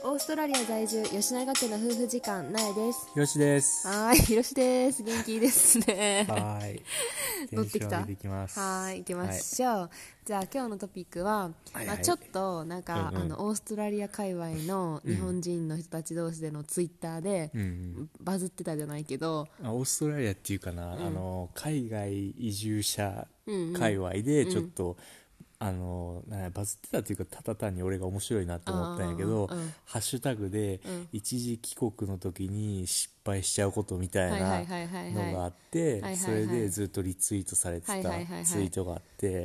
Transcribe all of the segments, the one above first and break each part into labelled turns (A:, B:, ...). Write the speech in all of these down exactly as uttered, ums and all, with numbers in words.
A: オーストラリア在住吉永家の夫婦時間なえです。
B: ひろしです。
A: はい、ひろしです。元気ですね。
B: はい。
A: 乗ってきた。
B: テンション上げていきます。
A: はい、行きましょう。はい、じゃあ今日のトピックは、はいはい、まあ、ちょっとなんか、うんうん、あのオーストラリア界隈の日本人の人たち同士でのツイッターで、うん、バズってたじゃないけど、
B: オーストラリアっていうかな、うん、あの海外移住者界隈でちょっと、うんうんあのなんバズってたというかただ単に俺が面白いなと思ったんやけど、うん、ハッシュタグで、うん、一時帰国の時に失敗しちゃうことみたいなのがあってそれでずっとリツイートされてたツイートがあって、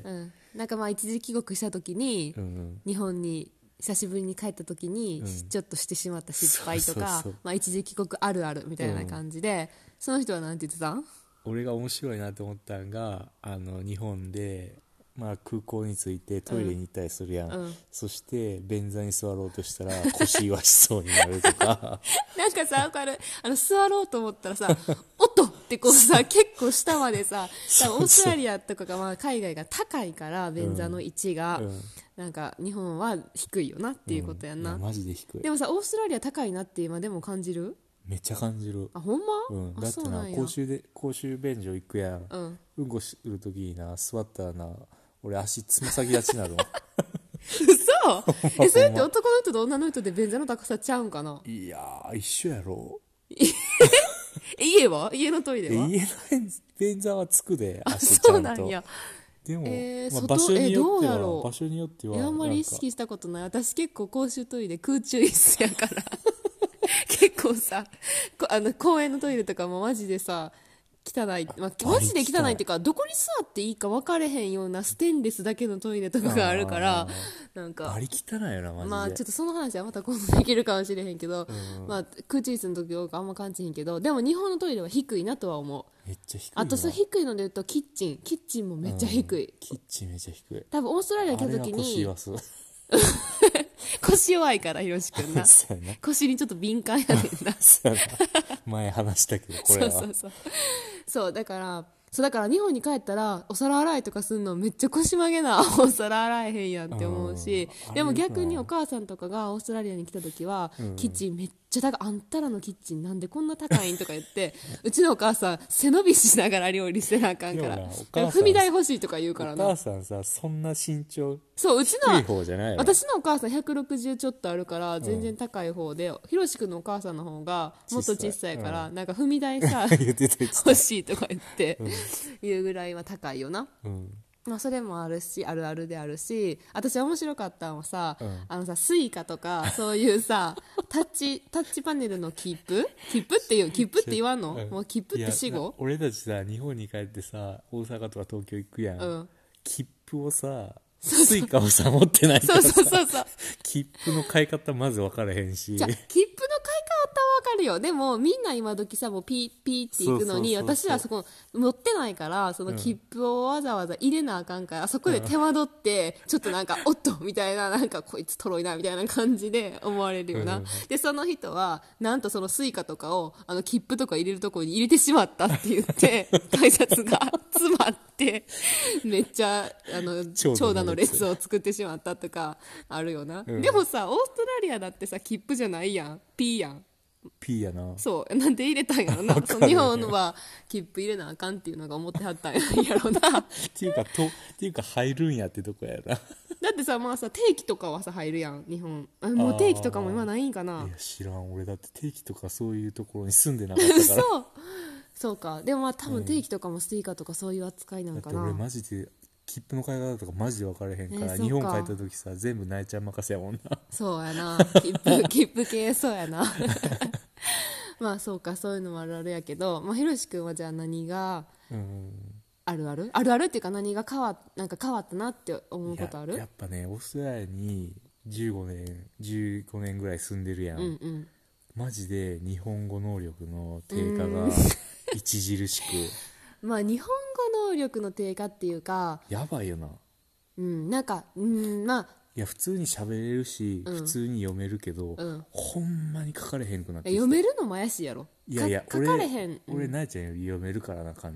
A: うん、なんかまあ一時帰国した時に、うん、日本に久しぶりに帰った時に、うん、ちょっとしてしまった失敗とか、まあ、一時帰国あるあるみたいな感じで、うん、その人はなんて言ってたん？
B: 俺が面白いなと思ったのがあの日本でまあ、空港に着いてトイレに行ったりするやん、うん、そして便座に座ろうとしたら腰言わしそうになるとか
A: なんかさ、これあの座ろうと思ったらさおっとってこうさ結構下までさオーストラリアとかがまあ海外が高いから便座の位置が、うんうん、なんか日本は低いよなっていうことやんな、
B: うん、マジで低い。
A: でもさオーストラリア高いなって今でも感じる？
B: めっちゃ感じる。
A: あ、ほんま？
B: うん、だってな公衆で公衆便所行くやん、うん、うんこするときにな座ったらな俺足つま先立ちになるわ
A: 嘘えそれって男の人と女の人で便座の高さちゃうんかな？
B: いやー一緒やろ
A: 家は家のトイレは
B: 家の便座はつくで足
A: ちゃんと。そうなんや。
B: でも、
A: えー
B: まあ、場所によっては
A: 場
B: 所によっては
A: あんまり意識したことない。私結構公衆トイレ空中椅子やから結構さあの公園のトイレとかもマジでさ汚い、まあ、マジで汚いっていうかどこに座っていいか分かれへんようなステンレスだけのトイレとかがあるからなんか
B: バリ汚いよなマジで。
A: まあちょっとその話はまた今度できるかもしれへんけど、うんまあ、空中椅子の時はあんま感じへんけどでも日本のトイレは低いなとは思う。
B: めっちゃ低い。
A: あとそ低いので言うとキッチンキッチンもめっちゃ低い、うん、
B: キッチンめっちゃ低い。
A: 多分オーストラリア来た時に
B: 腰す
A: 腰弱いからひろしくんな腰にちょっと敏感やねんな
B: 前話したけどこれは
A: そうそうそうそうだからそうだから日本に帰ったらお皿洗いとかするのめっちゃ腰曲げなお皿洗えへんやんって思うし、でも逆にお母さんとかがオーストラリアに来た時は、うん、キッチンめっちゃ高い、あんたらのキッチンなんでこんな高いんとか言ってうちのお母さん背伸びしながら料理してなあかんから踏み台欲しいとか言うからな。
B: お母さんさそんな身長
A: そううちの
B: 低い方じゃないの？
A: 私のお母さんひゃくろくじゅうちょっとあるから全然高い方で、ひろし君のお母さんの方がもっと小さいから、うん、なんか踏み台さ欲しいとか言って、うん、言うぐらいは高いよな、うんまあ、それもあるしあるあるであるし、私面白かったのはさ、うん、あのさスイカとかそういうさタッチタッチパネルの切符切符っていう切符って言わんの、うん、もう切符って死語。
B: 俺たちさ日本に帰ってさ大阪とか東京行くやん、うん、切符をさスイカをさ持ってないからさ
A: そうそうそう
B: 切符の買い方まず分からへんし、
A: じゃ切符の買い方は分かるよ。でもみんな今時さもうピーピーっていくのに、私はそこ持ってないからその切符をわざわざ入れなあかんから、うん、そこで手間取ってちょっとなんかおっとみたいななんかこいつとろいなみたいな感じで思われるよな、うん、でその人はなんとそのスイカとかをあの切符とか入れるところに入れてしまったって言って改札が詰まってめっちゃあの長蛇の列を作ってしまったとかあるよな、うん、でもさオーストラリアだってさ切符じゃないやん、ピーやん。
B: ピーやな。
A: そうなんで入れたんやろなその日本は切符入れなあかんっていうのが思ってはったんやろな
B: っていうかとっていうか入るんやってとこやなだ
A: ってさまあさ定期とかはさ入るやん日本。あもう定期とかも今ないんかな。
B: いや知らん俺だって定期とかそういうところに住んでなかったから
A: そうそうか。でもまあ多分定期とかもスイカとかそういう扱いなんかな、
B: うん、だって俺マジで切符の買い方とかマジで分からへんから、えー、日本帰った時さ全部なえちゃん任せやもんな。
A: そうやな切符切符系そうやなまあそうかそういうのもあるあるやけど、まあ、ひろし君はじゃあ何があるあるあるあるっていうか何が変わなんか変わったなって思うことある？
B: や, やっぱねオーストラリアにじゅうごねんじゅうごねんぐらい住んでるやん、うんうん、マジで日本語能力の低下が著しく
A: まあ日本語能力の低下っていうか
B: やばいよな。
A: うんなんかうんまあ
B: いや普通に喋れるし、うん、普通に読めるけど、うん、ほんまに書かれへんくなってきた。
A: 読めるのも怪しいやろ。
B: いやいや
A: 書かれへん、
B: 俺、うん、俺なえちゃんより読めるからな感じ。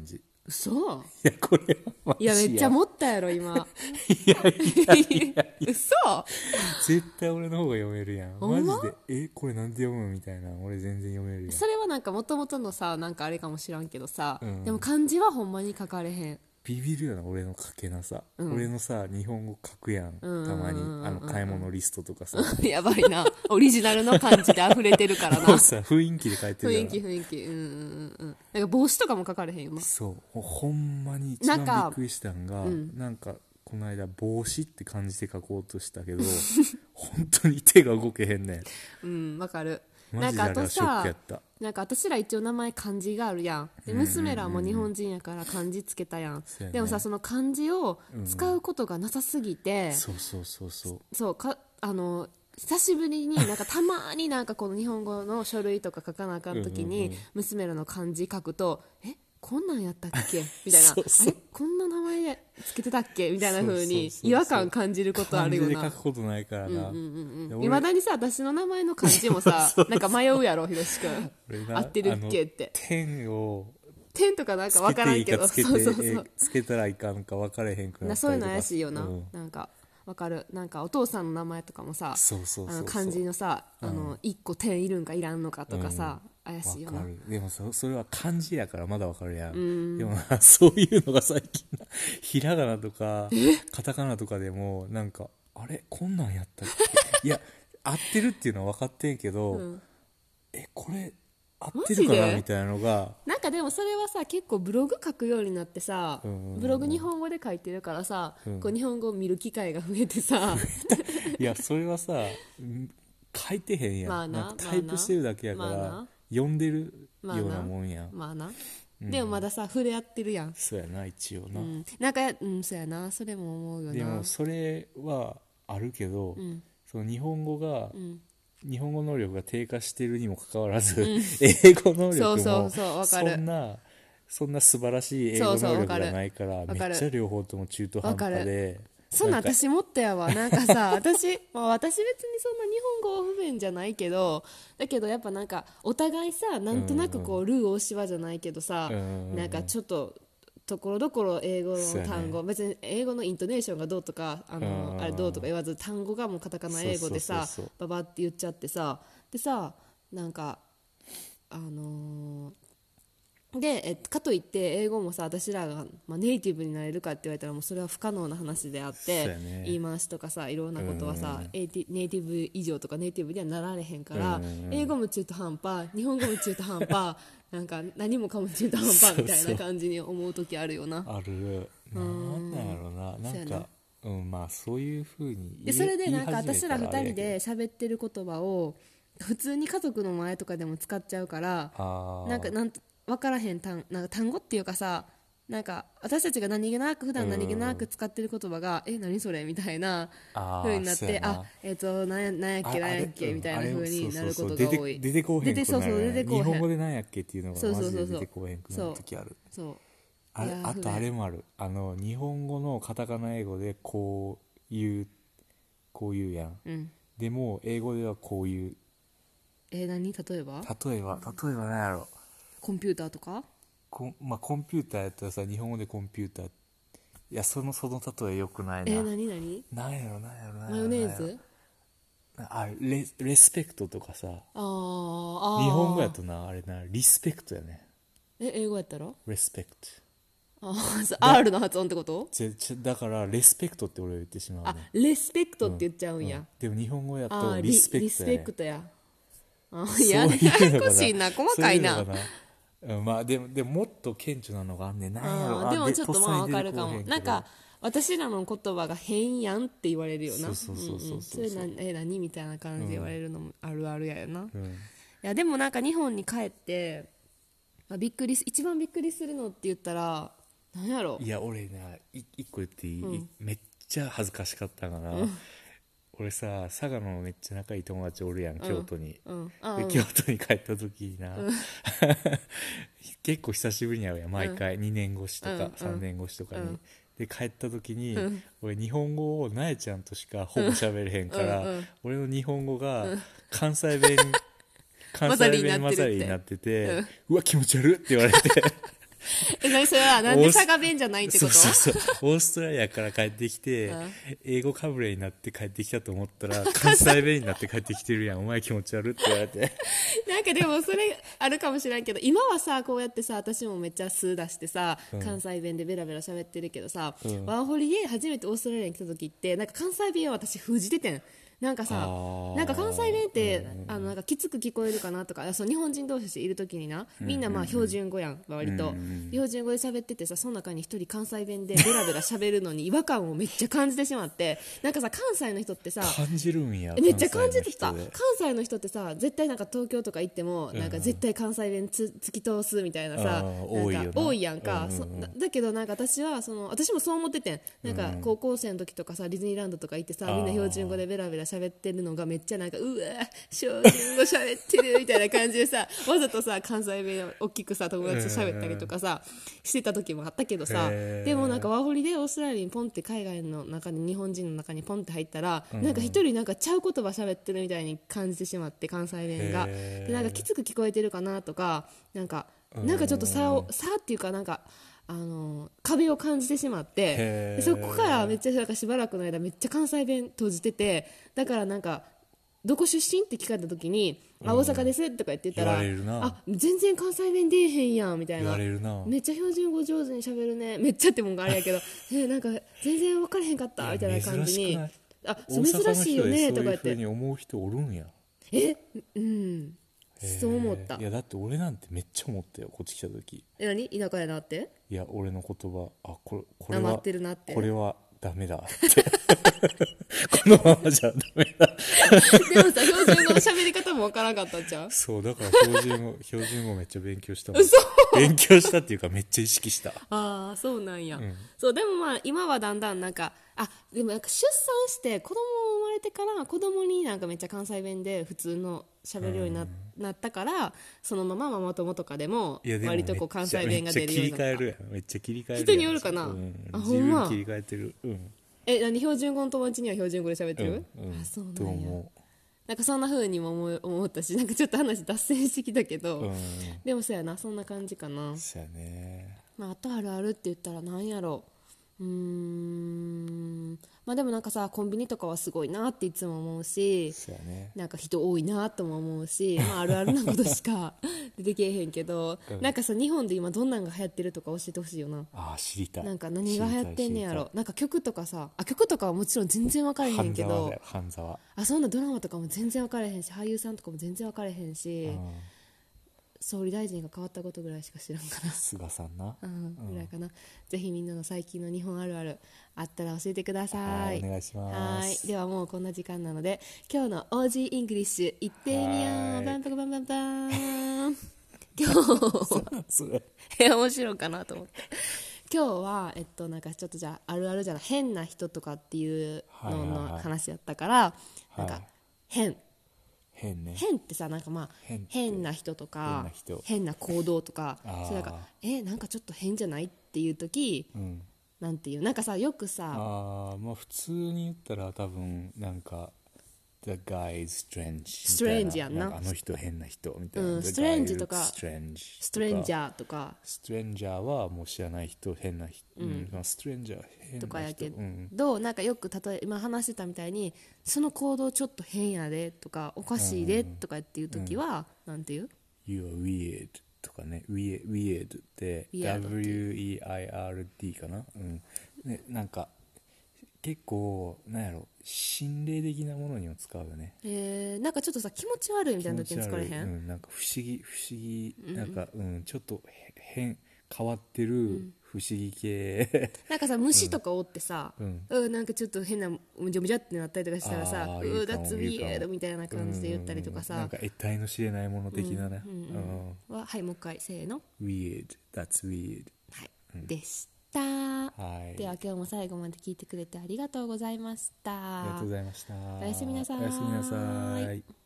A: 嘘。
B: いやこれはマジや
A: いやめっちゃ持ったやろ今。
B: いやいやいや
A: 嘘。
B: 絶対俺の方が読めるやん。
A: ほんま
B: マジでえこれなんで読むみたいな。俺全然読めるやん。
A: それはなんか元々のさなんかあれかもしらんけどさ、
B: うん、
A: でも漢字はほんまに書かれへん。
B: ビビるよな俺の書けなさ、うん、俺のさ日本語書くやん、うん、たまにあの買い物リストとかさ
A: やばいなオリジナルの漢字で溢れてるからな
B: さ雰囲気で書いてる
A: 雰囲気雰囲気うんうんうんなんか帽子とかも書かれへんよな。
B: そうほんまに一番びっくりしたんがなんか、うん、なんかこの間帽子って漢字で書こうとしたけど本当に手が動けへんね
A: んうんわかる。
B: マジであれはショックやった。
A: なんか私ら一応名前漢字があるやん。で娘らも日本人やから漢字つけたやん、うんうんうん、でもさその漢字を使うことがなさすぎて、うん、
B: そうそうそうそう
A: そうかあの久しぶりになんかたまになんかこの日本語の書類とか書かなあかん時に娘らの漢字書くとえこんなんやったっけみたいなそうそうあれこんな名前つけてたっけみたいな風に違和感感じることあるよな。
B: 漢字で書くことないからな。いま、うん
A: うんうん、だにさ私の名前の漢字もさなんか迷うやろひろしくん合ってるっけって
B: 点を
A: 点とかなんか分からんけど
B: つけていいかつけてそうそうそうつけたらいかんか分からへんくなったりとか
A: そういうの怪しいよな、うん、なんかわかる。なんかお父さんの名前とかもさ
B: そうそうそうそう
A: あの漢字のさ、うん、あのいっこ点いるんかいらんのかとかさ、うん、怪しいよな。
B: わかる。でも そ, それは漢字やからまだわかるやん、うん、でもそういうのが最近ひらがなとかカタカナとかでもなんかあれこんなんやったっけいや合ってるっていうのは分かってんけど、うん、えこれ合ってるかなみたいなのが
A: なんかでもそれはさ結構ブログ書くようになってさ、うんうんうん、ブログ日本語で書いてるからさ、うん、こう日本語を見る機会が増えてさ
B: いやそれはさ書いてへんやん、まあ、なんかタイプしてるだけやから、まあ、読んでるようなもんやん、
A: まあな、まあなうん、でもまださ触れ合ってるやん。
B: そうやな一応な、うん、
A: なんかうんそうやなそれも思うよな。
B: でもそれはあるけど、うん、その日本語が、うん日本語能力が低下しているにもかかわらず、うん、英語能力も
A: そうそうそうわかる
B: そんなそんな素晴らしい英語能力がないからめっちゃ両方とも中途半端で
A: そんな私もったやわなんかさ私、まあ、私別にそんな日本語不便じゃないけどだけどやっぱなんかお互いさなんとなくこう、うん、ルー大芝じゃないけどさ、うん、なんかちょっとところどころ英語の単語、ね、別に英語のイントネーションがどうとか あのあれどうとか言わず単語がもうカタカナ英語でさババって言っちゃってさでさなんかあのー、でえかといって英語もさ私らが、まあ、ネイティブになれるかって言われたらもうそれは不可能な話であって、ね、言い回しとかさいろんなことはさネイティブ以上とかネイティブにはなられへんから英語も中途半端日本語も中途半端なんか何もかも中途半端みたいな感じに思う時あるよな。
B: あるなんなんやろななんかうん、まあそういう風に
A: でそれでなんか私らふたりで喋ってる言葉を普通に家族の前とかでも使っちゃうからなんかなん分からへん単なんか単語っていうかさなんか私たちが何気なく普段何気なく使ってる言葉が、うん、え何それみたいな風になってあえっ、ー、となんや、なんやっけなんやっけみたいな風になることが多い。
B: 出てこうへんくなる、ね、
A: そうそう出てこうへん
B: 日本語でなんやっけっていうのがマジで出てこうへんくなる時ある。
A: そうそう
B: あれあとあれもあるあの日本語のカタカナ英語でこういうこういうやん、うん、でも英語ではこういう
A: えー、何例えば
B: 例えば例えば何やろ
A: コンピューターとか
B: こ、まあ、コンピューターやったらさ日本語でコンピューターいやそのその例えよくないな。
A: えー、何何
B: 何やろ何やろ何やろ
A: マヨネーズ
B: あ レ, レスペクトとかさあ
A: あ
B: 日本語やとなあれなリスペクトやね。
A: え英語やったら
B: レスペクト
A: あ R の発音ってこと？
B: ちゃちゃだからレスペクトって俺は言ってしまう、ね、
A: あレスペクトって言っちゃうんや、うんうん、
B: でも日本語やとリスペクトや、ね、
A: リスペクトやあやややこしいな細かいな
B: うん、まあでもでももっと顕著なのがあんねんなんやろ
A: でもちょっとまあ分かるかもなんか私らの言葉が変やんって言われるよな。
B: そうそうそうそう
A: それ何え何みたいな感じで言われるのもあるあるやよな、うん、い
B: や
A: でもなんか日本に帰って、まあ、びっくり一番びっくりするのって言ったら何やろ。
B: いや俺ない一個言っていい、うん、めっちゃ恥ずかしかったから、うん、俺さ佐賀のめっちゃ仲いい友達おるやん、うん、京都に、うん、で京都に帰った時にな、うん、結構久しぶりに会うやん毎回、うん、にねんごしとか、うん、さんねんごしとかに、うん、で帰った時に、うん、俺日本語をなえちゃんとしかほぼ喋れへんからうん、うん、俺の日本語が関西弁、うん、関西弁混ざりになってて、うん、うわ気持ち悪って言われて
A: え、何それはなんで佐賀弁じゃないってこと？
B: そうそうそう。オーストラリアから帰ってきて、
A: うん、
B: 英語かぶれになって帰ってきたと思ったら、関西弁になって帰ってきてるやん。お前気持ち悪って言われて。
A: なんかでもそれあるかもしれんけど、今はさ、こうやってさ、私もめっちゃ数出してさ、うん、関西弁でベラベラ喋ってるけどさ、うん、ワーホリで初めてオーストラリアに来た時って、なんか関西弁は私封じててん。なんかさ、なんか関西弁って、あのなんかきつく聞こえるかなとか、そう日本人同士でいるときにな、みんなまあ標準語やん、割と、標準語で喋っててさ、その中に一人関西弁でベラベラ喋るのに違和感をめっちゃ感じてしまって、なんかさ、関西の人ってさ、
B: 感じるんや、
A: めっちゃ感じてた。関西の人ってさ、絶対なんか東京とか行っても、なんか絶対関西弁つ突き通すみたいなさ、
B: 多いよな、
A: 多いやんか、うんうんうん、だ, だけどなんか私はその、私もそう思っててん。なんか高校生の時とかさ、ディズニーランドとか行ってさ、みんな標準語でベラベラ喋ってるのがめっちゃなんか、うわ標準語喋ってるみたいな感じでさ、わざとさ関西弁を大きくさ友達と喋ったりとかさしてた時もあったけどさ、でもなんかワーホリでオーストラリアにポンって海外の中に日本人の中にポンって入ったら、うん、なんか一人なんかちゃう言葉喋ってるみたいに感じてしまって、関西弁がでなんかきつく聞こえてるかなとか、なんかなんかちょっと差を差っていうかなんかあの壁を感じてしまって、そこからめっちゃなんかしばらくの間めっちゃ関西弁閉じてて、だからなんかどこ出身って聞かれた時に、うん、あ大阪ですとか言ってたら、あ全然関西弁出えへんやんみたいな、めっちゃ標準語上手に喋るね、めっちゃってもんがあれやけどえなんか全然分からへんかったみたいな感じに、あそう珍しいよねとか言って、そういう風に
B: 思う人おるんや。
A: えうんそう思った。
B: いやだって俺なんてめっちゃ思ったよ、こっち来た時。
A: え何田舎やなって。
B: いや俺の言葉、あこれこれは
A: なまってるなって、
B: これはダメだってこのままじゃダメだ
A: でもさ標準語の喋り方もわからんかったんちゃう？
B: そうだから標準語標準語めっちゃ勉強したもん勉強したっていうかめっちゃ意識した。
A: ああそうなんや、うん、そうでもまあ今はだんだんなんかあでもなんか出産して子供生まれてから子供になんかめっちゃ関西弁で普通の喋るように な,、うん、なったから、そのままママ友とかでも割とこう関西弁が出るようになった。めっちゃ切り替えるやん、めっちゃ切り替えるやん。人によるかな、うん、あほんま
B: 自分切り替えてる、うん、
A: え何標準語の友達には標準語で喋ってる、
B: うんうん、
A: あそうなんや。なんかそんな風にも 思, 思ったし、なんかちょっと話脱線してきたけど、うん、でもそうやな、そんな感じかな。
B: そうやね。
A: まあ、あとあるあるって言ったら何やろう、うーんまあでもなんかさコンビニとかはすごいなっていつも思うし、
B: そうやね、
A: なんか人多いなとも思うし、まあ、あるあるなことしか出てけえへんけど、うん、なんかさ日本で今どんなんが流行ってるとか教えてほしいよな。
B: あ知りたい。
A: なんか何が流行ってんねやろ。なんか曲とかさあ曲とかはもちろん全然分からへんけど、
B: 半沢
A: あそんなドラマとかも全然分からへんし、俳優さんとかも全然分からへんし、うん総理大臣が変わったことぐらいしか知らんかな。
B: 菅さんな、
A: うん、ぐらいかな。ぜひみんなの最近の日本あるあるあったら教えてください。
B: はいお願いします。
A: はいではもうこんな時間なので今日の オージー イングリッシュ行ってみよう。バンパクバンバンバン今日は面白いかなと思って今日は、えっと、なんかちょっとじゃああるあるじゃない変な人とかっていうのの話やったから、はいはいはい、なんか変
B: 変ね、
A: 変ってさなんかまあ 変, 変な人とか 変 な, 変な行動とかそれなんかえなんかちょっと変じゃないっていう時、うん、なんていうなんかさよくさ
B: あ、まあ、普通に言ったら多分なんか The guy is strange
A: strange やんな、
B: なんかあの人変な人みたいな、うん、
A: strange とか
B: strange
A: ストレンジャーとか
B: ストレンジャーはもう知らない人変な人、うんうん、ストレンジャー変な人
A: とかやけど、うん、なんかよく例え今話してたみたいにその行動ちょっと変やでとかおかしいでとかっていう時は、うん、なんていう
B: You are weird とかね weird, weird って ダブリューイーアイアールディー かな、うんね、なんか結構なんやろ心霊的なものにも使うよね。
A: えー、なんかちょっとさ気持ち悪いみたいな時に使われへん、
B: うん、なんか不思議不思議、うん、なんか、うん、ちょっと変変わってる不思議系、うん、
A: なんかさ虫とかおってさ、うんうん、なんかちょっと変なむじゃむじゃってなったりとかしたらさうーだつビエードみたいな感じで言ったりとかさ、
B: うん、なんか得体の知れないもの的なね、
A: うんうんうんうん、はいもう一回せーの
B: Weird that's weird
A: はい、うん、でした、はい、では今日も最後まで聞いてくれてありがとうございました。
B: ありがとうございました。
A: おやすみなさい。
B: おやすみなさい。